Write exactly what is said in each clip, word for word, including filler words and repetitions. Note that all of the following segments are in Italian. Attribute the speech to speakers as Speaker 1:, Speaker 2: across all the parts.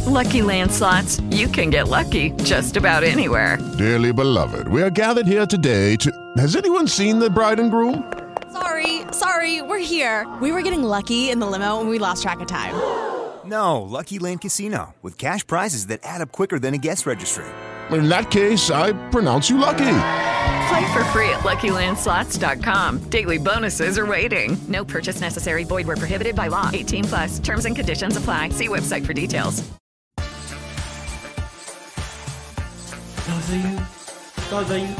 Speaker 1: Lucky Land Slots, you can get lucky just about anywhere.
Speaker 2: Dearly beloved, we are gathered here today to... Has anyone seen the bride and groom?
Speaker 3: Sorry, sorry, we're here. We were getting lucky in the limo and we lost track of time.
Speaker 4: No, Lucky Land Casino, with cash prizes that add up quicker than a guest registry.
Speaker 2: In that case, I pronounce you lucky.
Speaker 1: Play for free at Lucky Land Slots dot com. Daily bonuses are waiting. No purchase necessary. Void where prohibited by law. eighteen plus. Terms and conditions apply. See website for details.
Speaker 5: Cosa you? Cosa you?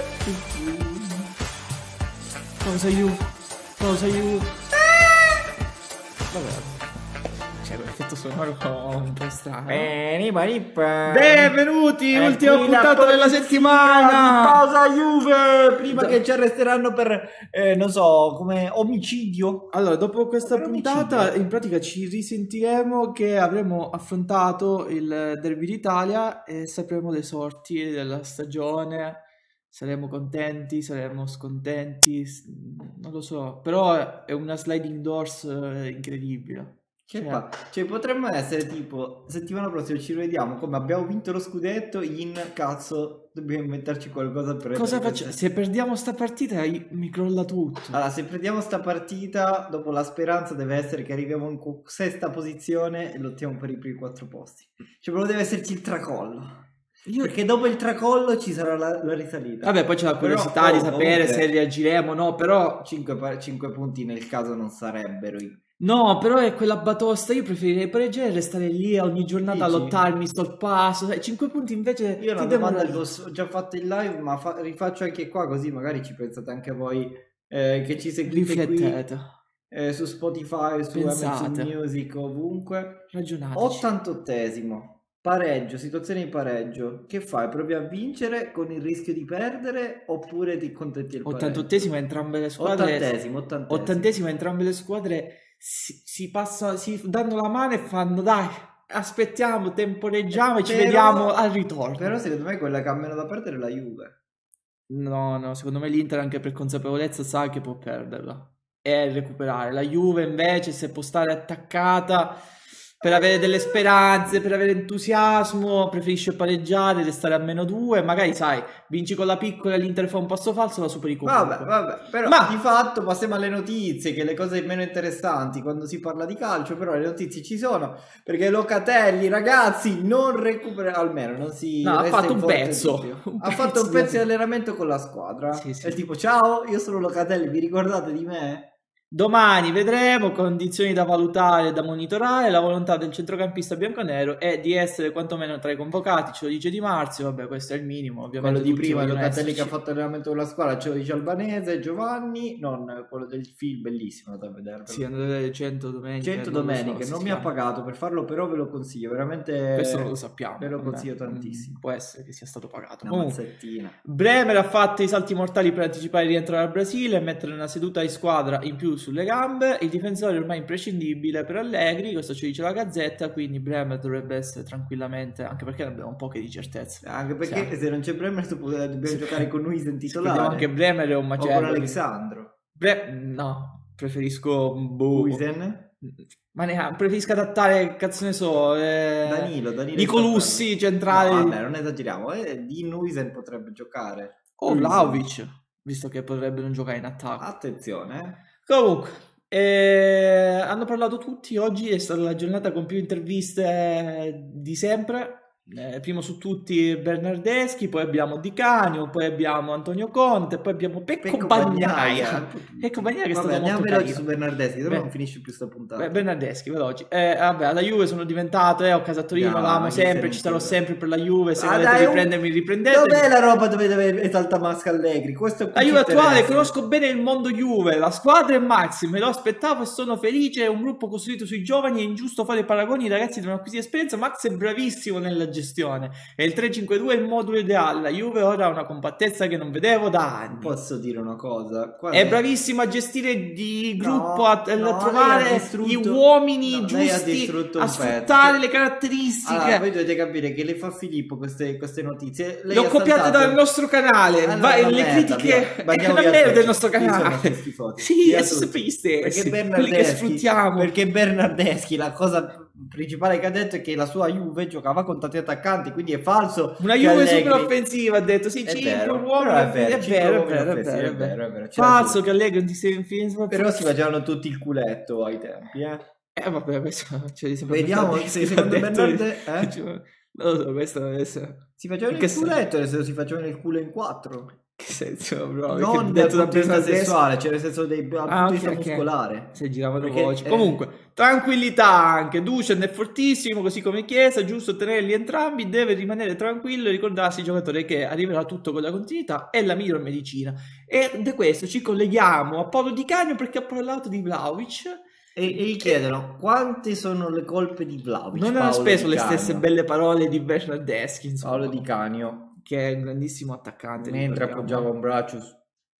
Speaker 5: Cosa you? Cosa you? Vabbè. C'è quell'effetto sonoro un po' strano. Benvenuti,
Speaker 6: È
Speaker 5: ultima
Speaker 6: qui
Speaker 5: puntata
Speaker 6: la
Speaker 5: della
Speaker 6: polizia
Speaker 5: settimana.
Speaker 6: di Cosa Juve, prima che ci arresteranno per, eh, non so, come omicidio.
Speaker 5: Allora, dopo questa
Speaker 6: Per
Speaker 5: puntata,
Speaker 6: omicidio.
Speaker 5: in pratica ci risentiremo che avremo affrontato il Derby d'Italia e sapremo le sorti della stagione. Saremo contenti, saremo scontenti, s- non lo so, però è una sliding doors eh, incredibile.
Speaker 6: Che
Speaker 5: Cioè,
Speaker 6: fa? Cioè, potremmo essere tipo, settimana prossima ci rivediamo come abbiamo vinto lo scudetto in cazzo, dobbiamo inventarci qualcosa per...
Speaker 5: cosa
Speaker 6: per-
Speaker 5: facciamo? Se perdiamo sta partita io- mi crolla tutto.
Speaker 6: Allora, se prendiamo sta partita, dopo la speranza deve essere che arriviamo in cu- sesta posizione e lottiamo per i primi quattro posti. Cioè, proprio deve esserci il tracollo.
Speaker 5: Io-
Speaker 6: Perché dopo il tracollo ci sarà la, la risalita.
Speaker 5: Vabbè, poi c'è la
Speaker 6: Però,
Speaker 5: curiosità di
Speaker 6: oh,
Speaker 5: sapere
Speaker 6: comunque,
Speaker 5: se reagiremo o no, però...
Speaker 6: cinque punti nel caso non sarebbero i...
Speaker 5: No, però è quella batosta, io preferirei pareggiare e restare lì ogni giornata a
Speaker 6: Dici?
Speaker 5: lottarmi, sto al passo, sai, cinque punti invece
Speaker 6: Io una
Speaker 5: ti
Speaker 6: domanda
Speaker 5: demoralizza.
Speaker 6: l'ho ho già fatto in live, ma fa- rifaccio anche qua, così magari ci pensate anche voi eh, che ci seguite qui
Speaker 5: Riflettete,
Speaker 6: eh, su Spotify, su
Speaker 5: Pensate.
Speaker 6: Amazon Music, ovunque.
Speaker 5: ragionateci.
Speaker 6: ottantottesimo, pareggio, situazione di pareggio. Che fai? Provi a vincere con il rischio di perdere oppure ti contenti del pareggio?
Speaker 5: Ottantottesimo entrambe le squadre.
Speaker 6: Ottantesimo, ottantesimo.
Speaker 5: Ottantesimo entrambe le squadre si, si passano, si danno la mano e fanno dai, aspettiamo, temporeggiamo e ci
Speaker 6: Però-
Speaker 5: vediamo al ritorno.
Speaker 6: Però secondo me quella che ha meno da perdere è la Juve.
Speaker 5: No, no, secondo me l'Inter anche per consapevolezza sa che può perderla e recuperare. La Juve invece se può stare attaccata per avere delle speranze, per avere entusiasmo, preferisce pareggiare, restare a meno due, magari sai, vinci con la piccola e l'Inter fa un passo falso, la superi comunque.
Speaker 6: Vabbè, vabbè, però
Speaker 5: Ma-
Speaker 6: di fatto passiamo alle notizie, che le cose meno interessanti quando si parla di calcio, però le notizie ci sono, perché Locatelli, ragazzi, non recupera, almeno non si
Speaker 5: No, ha
Speaker 6: resta
Speaker 5: fatto
Speaker 6: in
Speaker 5: un
Speaker 6: forte
Speaker 5: pezzo,
Speaker 6: dubbio.
Speaker 5: un
Speaker 6: ha
Speaker 5: pezzo
Speaker 6: fatto un
Speaker 5: di-
Speaker 6: pezzo di allenamento con la squadra,
Speaker 5: Sì, sì.
Speaker 6: è tipo ciao, io sono Locatelli, vi ricordate di me?
Speaker 5: Domani vedremo, condizioni da valutare e da monitorare, la volontà del centrocampista bianconero è di essere quantomeno tra i convocati, ce lo dice Di Marzio, vabbè questo è il minimo, ovviamente
Speaker 6: Quello di
Speaker 5: tutti
Speaker 6: prima,
Speaker 5: vogliono
Speaker 6: Locatelli che ha
Speaker 5: esserci.
Speaker 6: fatto allenamento con la squadra, ce lo dice Albanese, Giovanni, non quello del film, bellissimo da vedere.
Speaker 5: Sì, andate a vedere cento domeniche.
Speaker 6: cento
Speaker 5: non lo so
Speaker 6: domeniche,
Speaker 5: se
Speaker 6: non
Speaker 5: si
Speaker 6: mi ha
Speaker 5: chiama.
Speaker 6: pagato per farlo, però ve lo consiglio, veramente.
Speaker 5: Questo non lo sappiamo.
Speaker 6: Ve lo
Speaker 5: vabbè.
Speaker 6: consiglio tantissimo.
Speaker 5: Mm, Può essere che sia stato pagato.
Speaker 6: Una
Speaker 5: Comunque,
Speaker 6: mazzettina.
Speaker 5: Bremer ha fatto i salti mortali per anticipare il rientro al Brasile e mettere una seduta di squadra in più sulle gambe. Il difensore è ormai imprescindibile per Allegri, questo ci dice la Gazzetta, quindi Bremer dovrebbe essere tranquillamente, anche perché ne abbiamo poche di certezze.
Speaker 6: Anche perché
Speaker 5: Sì.
Speaker 6: se non c'è Bremer tu- dobbiamo giocare con Luis in
Speaker 5: Vediamo
Speaker 6: titolare.
Speaker 5: anche Bremer è un
Speaker 6: O
Speaker 5: macello.
Speaker 6: con Alexandro.
Speaker 5: Bre- no, preferisco boh.
Speaker 6: Luisen?
Speaker 5: Ma neanche, preferisco adattare, cazzo ne so, eh,
Speaker 6: Danilo, Danilo.
Speaker 5: Nicolussi,
Speaker 6: sta-
Speaker 5: centrale.
Speaker 6: No, vabbè, non esageriamo. Eh, di Luisen potrebbe giocare.
Speaker 5: O
Speaker 6: Luisen.
Speaker 5: Vlahovic, visto che potrebbe non giocare in attacco.
Speaker 6: Attenzione, eh.
Speaker 5: Comunque, eh, hanno parlato tutti, oggi è stata la giornata con più interviste di sempre. Eh, primo su tutti Bernardeschi, poi abbiamo Di Canio, poi abbiamo Antonio Conte, poi abbiamo Pecco,
Speaker 6: Pecco
Speaker 5: Bagnaia.
Speaker 6: Bagnaia.
Speaker 5: Pecco Bagnaia che è
Speaker 6: Vabbè,
Speaker 5: stato
Speaker 6: andiamo
Speaker 5: molto
Speaker 6: veloci
Speaker 5: carino.
Speaker 6: su Bernardeschi, se no
Speaker 5: Beh.
Speaker 6: non finisce più sta puntata.
Speaker 5: Beh, Bernardeschi, veloci. Eh, vabbè, alla Juve sono diventato, eh, ho casa a Torino,
Speaker 6: No,
Speaker 5: la
Speaker 6: ma
Speaker 5: amo
Speaker 6: chi
Speaker 5: sempre,
Speaker 6: se
Speaker 5: ci
Speaker 6: ne
Speaker 5: sarò
Speaker 6: frega.
Speaker 5: sempre per la Juve, se
Speaker 6: Ah,
Speaker 5: volete
Speaker 6: dai, un-
Speaker 5: riprendermi, riprendetemi.
Speaker 6: Dov'è la roba dove deve Esaltamasca Allegri? Questo
Speaker 5: La Juve attuale, conosco bene il mondo Juve, la squadra è Maxi, me lo aspettavo e sono felice, è un gruppo costruito sui giovani, è ingiusto fare paragoni, i ragazzi devono acquisire esperienza, Max è bravissimo nella gestione, e il tre cinque due è il modulo ideale, la Juve ora ha una compattezza che non vedevo da anni.
Speaker 6: Posso dire una cosa? Guarda,
Speaker 5: È bravissimo a gestire di
Speaker 6: No,
Speaker 5: gruppo, a, a
Speaker 6: no, lei
Speaker 5: trovare
Speaker 6: ha distrutto-
Speaker 5: gli uomini
Speaker 6: no, lei ha
Speaker 5: giusti,
Speaker 6: distrutto un
Speaker 5: a
Speaker 6: pezzo.
Speaker 5: sfruttare le
Speaker 6: Allora,
Speaker 5: caratteristiche.
Speaker 6: voi dovete capire che le fa Filippo queste, queste notizie. Lei
Speaker 5: Le ho
Speaker 6: ha
Speaker 5: copiate
Speaker 6: saltato-
Speaker 5: dal nostro canale,
Speaker 6: Allora,
Speaker 5: va-
Speaker 6: una
Speaker 5: le
Speaker 6: merda,
Speaker 5: critiche
Speaker 6: via.
Speaker 5: è
Speaker 6: Andiamo
Speaker 5: una
Speaker 6: via
Speaker 5: merda
Speaker 6: tutti.
Speaker 5: del nostro
Speaker 6: Chi sono
Speaker 5: canale.
Speaker 6: questi schifosi?
Speaker 5: Sì,
Speaker 6: Via
Speaker 5: è
Speaker 6: tutti.
Speaker 5: sempre gli stessi,
Speaker 6: Perché
Speaker 5: quelli che
Speaker 6: Bernardeschi,
Speaker 5: sfruttiamo.
Speaker 6: perché Bernardeschi la cosa principale che ha detto è che la sua Juve giocava con tanti attaccanti, quindi è falso.
Speaker 5: Una
Speaker 6: che
Speaker 5: Juve
Speaker 6: Allegri-
Speaker 5: super offensiva, ha detto, sì,
Speaker 6: È
Speaker 5: cinque
Speaker 6: vero,
Speaker 5: uomini,
Speaker 6: però è vero,
Speaker 5: è
Speaker 6: cinque
Speaker 5: vero, è
Speaker 6: uomini
Speaker 5: vero, è
Speaker 6: offensivi,
Speaker 5: vero,
Speaker 6: è vero, è vero, c'è
Speaker 5: Falso
Speaker 6: ragione.
Speaker 5: che Allegri non ti stia
Speaker 6: Però si facevano tutti il culetto ai tempi, eh.
Speaker 5: Eh vabbè, questo ce li siamo
Speaker 6: Vediamo
Speaker 5: inventati,
Speaker 6: se secondo
Speaker 5: l'ha detto-
Speaker 6: Bernardet, eh?
Speaker 5: Non lo so, questo adesso...
Speaker 6: Si facevano
Speaker 5: In
Speaker 6: il
Speaker 5: che
Speaker 6: culetto, nel senso si facevano il culo in quattro.
Speaker 5: Che senso, bro?
Speaker 6: Non
Speaker 5: Che
Speaker 6: dal
Speaker 5: detto da
Speaker 6: punto di vista
Speaker 5: Bernardet-
Speaker 6: sessuale, cioè nel senso dei, dal
Speaker 5: Ah,
Speaker 6: punto di
Speaker 5: ok,
Speaker 6: vista
Speaker 5: ok.
Speaker 6: muscolare.
Speaker 5: Si giravano
Speaker 6: Perché,
Speaker 5: voci.
Speaker 6: eh,
Speaker 5: Comunque, tranquillità anche. Dusan è fortissimo, così come Chiesa, giusto tenerli entrambi. Deve rimanere tranquillo e ricordarsi, giocatore, che arriverà tutto con la continuità. È la miglior medicina. E da questo ci colleghiamo a Paolo Di Canio perché ha parlato di Vlahovic.
Speaker 6: E, e gli chiedono quante sono le colpe di Vlahovic.
Speaker 5: Non ha
Speaker 6: Paolo
Speaker 5: speso
Speaker 6: Di
Speaker 5: le
Speaker 6: Canio.
Speaker 5: stesse belle parole di Bernardeschi, insomma,
Speaker 6: Paolo Di Canio,
Speaker 5: che è un grandissimo attaccante.
Speaker 6: mentre
Speaker 5: ricordiamo.
Speaker 6: appoggiava un braccio, su-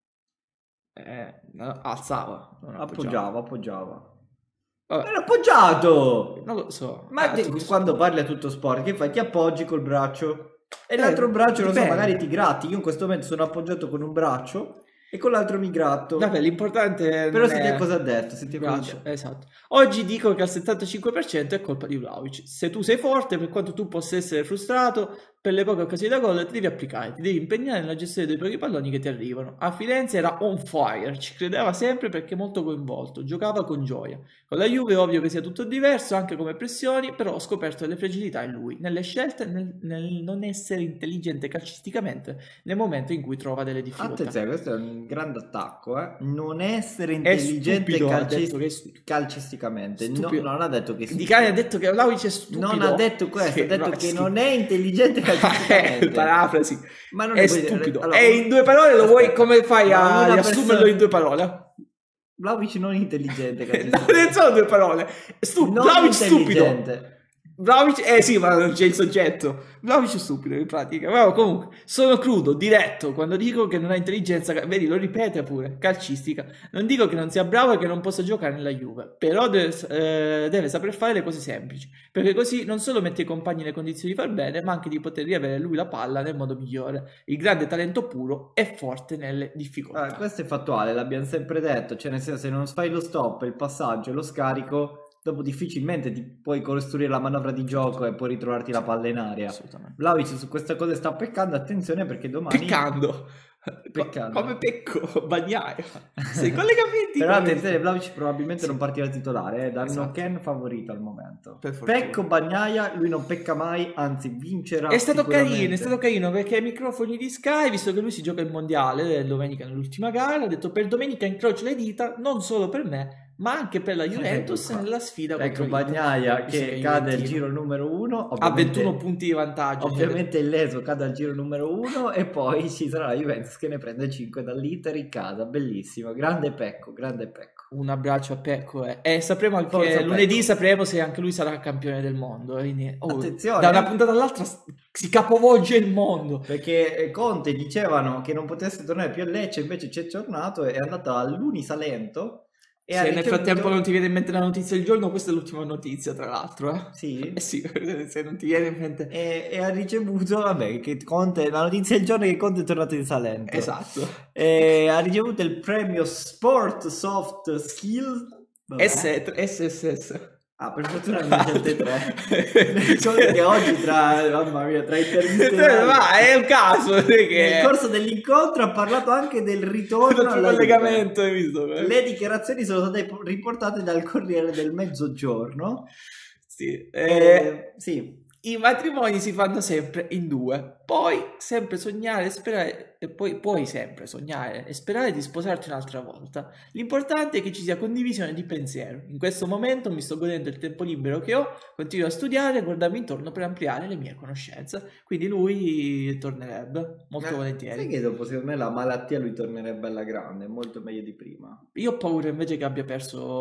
Speaker 5: Eh, no, alzava, non
Speaker 6: appoggiava, appoggiava.
Speaker 5: Vabbè,
Speaker 6: Era appoggiato!
Speaker 5: non lo so.
Speaker 6: Ma
Speaker 5: Ah,
Speaker 6: te-
Speaker 5: tu-
Speaker 6: quando parli a tutto sport, che fai? Ti appoggi col braccio e
Speaker 5: Eh,
Speaker 6: l'altro braccio, non so,
Speaker 5: dipende.
Speaker 6: magari ti gratti. Io in questo momento sono appoggiato con un braccio e con l'altro mi gratto.
Speaker 5: Vabbè, l'importante
Speaker 6: Però
Speaker 5: non
Speaker 6: senti
Speaker 5: è...
Speaker 6: a cosa ha detto, senti a cosa ha
Speaker 5: Braccio,
Speaker 6: detto.
Speaker 5: esatto. Oggi dico che al settantacinque per cento è colpa di Vlahovic. Se tu sei forte, per quanto tu possa essere frustrato per le poche occasioni da gol, ti devi applicare, ti devi impegnare nella gestione dei pochi palloni che ti arrivano. A Firenze era on fire, ci credeva sempre perché molto coinvolto, giocava con gioia. Con la Juve è ovvio che sia tutto diverso, anche come pressioni, però ho scoperto delle fragilità in lui, nelle scelte, nel, nel non essere intelligente calcisticamente nel momento in cui trova delle difficoltà.
Speaker 6: Attenzione, questo è un grande attacco, eh. Non essere
Speaker 5: È
Speaker 6: intelligente
Speaker 5: stupido, ha
Speaker 6: calcis-
Speaker 5: detto che è stupido.
Speaker 6: calcisticamente. No,
Speaker 5: Stupido.
Speaker 6: non ha detto che
Speaker 5: Di Cane ha detto che Vlahovic è stupido.
Speaker 6: Non ha detto questo,
Speaker 5: Sì,
Speaker 6: ha detto
Speaker 5: no,
Speaker 6: che
Speaker 5: sì.
Speaker 6: non è intelligente
Speaker 5: Eh,
Speaker 6: calcisticamente.
Speaker 5: parafrasi.
Speaker 6: Ma non
Speaker 5: È
Speaker 6: ne puoi dire-
Speaker 5: stupido.
Speaker 6: allora,
Speaker 5: e in due parole lo vuoi,
Speaker 6: aspetta,
Speaker 5: come fai
Speaker 6: ma
Speaker 5: a
Speaker 6: una
Speaker 5: riassumerlo
Speaker 6: persona-
Speaker 5: in due parole?
Speaker 6: Vlahovic non è intelligente
Speaker 5: No,
Speaker 6: calcisticamente.
Speaker 5: non sono due parole. Stu-
Speaker 6: Non
Speaker 5: Vlahovic stupido.
Speaker 6: intelligente.
Speaker 5: Vlahovic, eh sì, ma non c'è il soggetto. Vlahovic è stupido in pratica. Ma comunque, sono crudo, diretto. Quando dico che non ha intelligenza, vedi, lo ripete pure, calcistica. Non dico che non sia bravo e che non possa giocare nella Juve, però deve, eh, deve saper fare le cose semplici, perché così non solo mette i compagni nelle condizioni di far bene, ma anche di poter riavere lui la palla nel modo migliore. Il grande talento puro è forte nelle difficoltà.
Speaker 6: Ah, questo è fattuale, l'abbiamo sempre detto, cioè nel senso, se non fai lo stop, il passaggio e lo scarico, dopo difficilmente ti puoi costruire la manovra di gioco e puoi ritrovarti la palla in aria.
Speaker 5: Assolutamente.
Speaker 6: Vlahovic su questa cosa sta peccando, attenzione perché domani...
Speaker 5: Peccando.
Speaker 6: Peccando.
Speaker 5: Come Pecco Bagnaia. Sei collegamenti.
Speaker 6: Però
Speaker 5: come-
Speaker 6: attenzione, Vlahovic probabilmente
Speaker 5: Sì.
Speaker 6: non partirà titolare, eh, danno
Speaker 5: Esatto.
Speaker 6: Ken favorito al momento.
Speaker 5: Per fortuna.
Speaker 6: Pecco Bagnaia, lui non pecca mai, anzi vincerà
Speaker 5: È stato
Speaker 6: sicuramente.
Speaker 5: carino, è stato carino perché ai microfoni di Sky, visto che lui si gioca il mondiale eh, domenica nell'ultima gara, ha detto per domenica incrocio le dita non solo per me, ma anche per la Juventus
Speaker 6: Ecco qua.
Speaker 5: nella sfida
Speaker 6: Ecco
Speaker 5: contro l'Inter.
Speaker 6: Bagnaia
Speaker 5: Visto
Speaker 6: che
Speaker 5: è
Speaker 6: cade al
Speaker 5: juventino.
Speaker 6: giro numero uno,
Speaker 5: Ha
Speaker 6: ovviamente-
Speaker 5: ventuno punti di vantaggio.
Speaker 6: Ovviamente il Leso cade al giro numero uno e poi ci sarà la Juventus che ne prende cinque dall'Inter in casa, bellissimo, grande Pecco, grande Pecco.
Speaker 5: Un abbraccio a Pecco eh. e sapremo anche
Speaker 6: Forza Pecco.
Speaker 5: lunedì sapremo se anche lui sarà campione del mondo. Quindi, oh,
Speaker 6: Attenzione,
Speaker 5: da una
Speaker 6: eh.
Speaker 5: puntata all'altra s- si capovolge il mondo.
Speaker 6: Perché eh, Conte dicevano che non potesse tornare più a Lecce, invece c'è tornato e è andato all'Unisalento e
Speaker 5: Se
Speaker 6: ha
Speaker 5: nel
Speaker 6: ricevuto-
Speaker 5: frattempo non ti viene in mente la notizia del giorno, questa è l'ultima notizia, tra l'altro. Eh,
Speaker 6: Sì.
Speaker 5: eh sì, se non ti viene in mente.
Speaker 6: E, e ha ricevuto, vabbè, che Conte, la notizia del giorno è che Conte è tornato in Salento.
Speaker 5: Esatto.
Speaker 6: E ha ricevuto il premio Sport Soft Skill. Vabbè.
Speaker 5: S S S S.
Speaker 6: Ah, per fortuna ne ho scelte tre. Solo che oggi tra, mamma mia, tra interviste vari,
Speaker 5: Ma è un caso non è che
Speaker 6: nel corso dell'incontro ha parlato anche del ritorno
Speaker 5: il
Speaker 6: alla
Speaker 5: collegamento, hai visto?
Speaker 6: Juve. Le dichiarazioni sono state riportate dal Corriere del Mezzogiorno.
Speaker 5: Sì, eh,
Speaker 6: Eh, sì,
Speaker 5: i matrimoni si fanno sempre in due, poi sempre sognare e sperare, e poi puoi sempre sognare e sperare di sposarti un'altra volta. L'importante è che ci sia condivisione di pensiero. In questo momento mi sto godendo il tempo libero che ho, continuo a studiare e guardarmi intorno per ampliare le mie conoscenze. Quindi lui tornerebbe molto
Speaker 6: Eh,
Speaker 5: volentieri.
Speaker 6: sai che dopo secondo me la malattia lui tornerebbe alla grande, molto meglio di prima.
Speaker 5: Io ho paura invece che abbia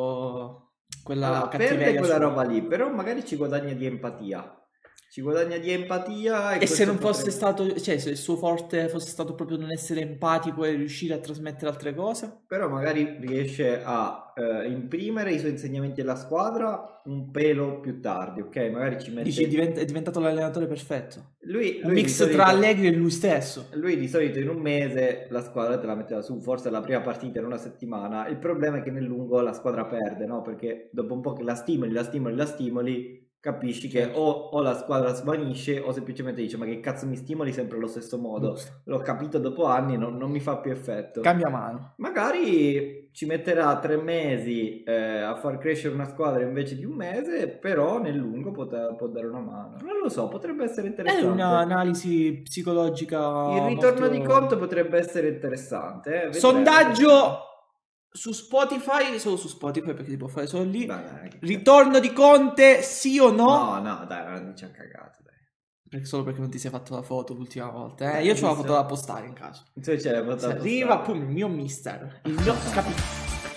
Speaker 5: perso quella
Speaker 6: Allora,
Speaker 5: cattiveria
Speaker 6: perde quella
Speaker 5: sua.
Speaker 6: roba lì, però magari ci guadagna di empatia. Ci guadagna di empatia e,
Speaker 5: E se
Speaker 6: questo
Speaker 5: non fosse
Speaker 6: potrebbe-
Speaker 5: stato, cioè se il suo forte fosse stato proprio non essere empatico e riuscire a trasmettere altre cose?
Speaker 6: Però magari riesce a eh, imprimere i suoi insegnamenti alla squadra un pelo più tardi, ok? Magari ci mette...
Speaker 5: Dici, diventa- è diventato l'allenatore perfetto.
Speaker 6: lui,
Speaker 5: Un
Speaker 6: lui di
Speaker 5: mix
Speaker 6: solito-
Speaker 5: tra Allegri e lui stesso.
Speaker 6: Lui di solito in un mese la squadra te la metteva su, forse la prima partita in una settimana. Il problema è che nel lungo la squadra perde, no? Perché dopo un po' che la stimoli, la stimoli, la stimoli, capisci che o, o la squadra svanisce o semplicemente dice ma che cazzo mi stimoli sempre allo stesso modo.
Speaker 5: Giusto.
Speaker 6: L'ho capito dopo anni, non, non mi fa più effetto.
Speaker 5: Cambia mano.
Speaker 6: Magari ci metterà tre mesi eh, a far crescere una squadra invece di un mese, però nel lungo pot- può dare una mano. Non lo so, potrebbe essere
Speaker 5: È
Speaker 6: interessante.
Speaker 5: un'analisi psicologica.
Speaker 6: Il ritorno
Speaker 5: molto-
Speaker 6: di Conte potrebbe essere interessante. Eh? Vedremo.
Speaker 5: Sondaggio su Spotify, solo su Spotify perché si può fare solo lì.
Speaker 6: Dai, dai, che
Speaker 5: Ritorno di Conte, sì o no?
Speaker 6: No, no, dai, non ci ha cagato, dai.
Speaker 5: Perché solo perché non ti sei fatto la foto l'ultima volta. Eh?
Speaker 6: Eh,
Speaker 5: Io c'ho la
Speaker 6: visto?
Speaker 5: foto da postare in caso.
Speaker 6: Cioè, c'è la
Speaker 5: Se
Speaker 6: foto
Speaker 5: arriva,
Speaker 6: postale.
Speaker 5: pum, il mio mister. Il mio capitano.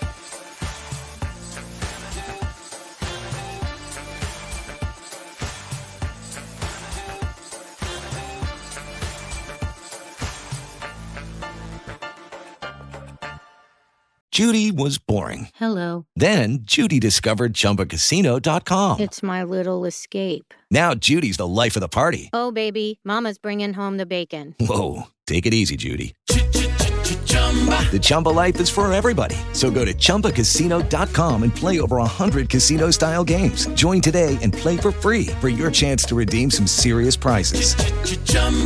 Speaker 7: Judy was boring.
Speaker 8: Hello.
Speaker 7: Then Judy discovered Chumba Casino dot com.
Speaker 8: It's my little escape.
Speaker 7: Now Judy's the life of the party.
Speaker 8: Oh, baby, mama's bringing home the bacon.
Speaker 7: Whoa, take it easy, Judy. The Chumba life is for everybody. So go to Chumba Casino dot com and play over one hundred casino-style games. Join today and play for free for your chance to redeem some serious prizes.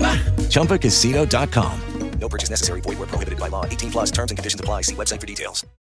Speaker 7: Chumba Casino dot com. No purchase necessary. Void where prohibited by law. eighteen plus terms and conditions apply. See website for details.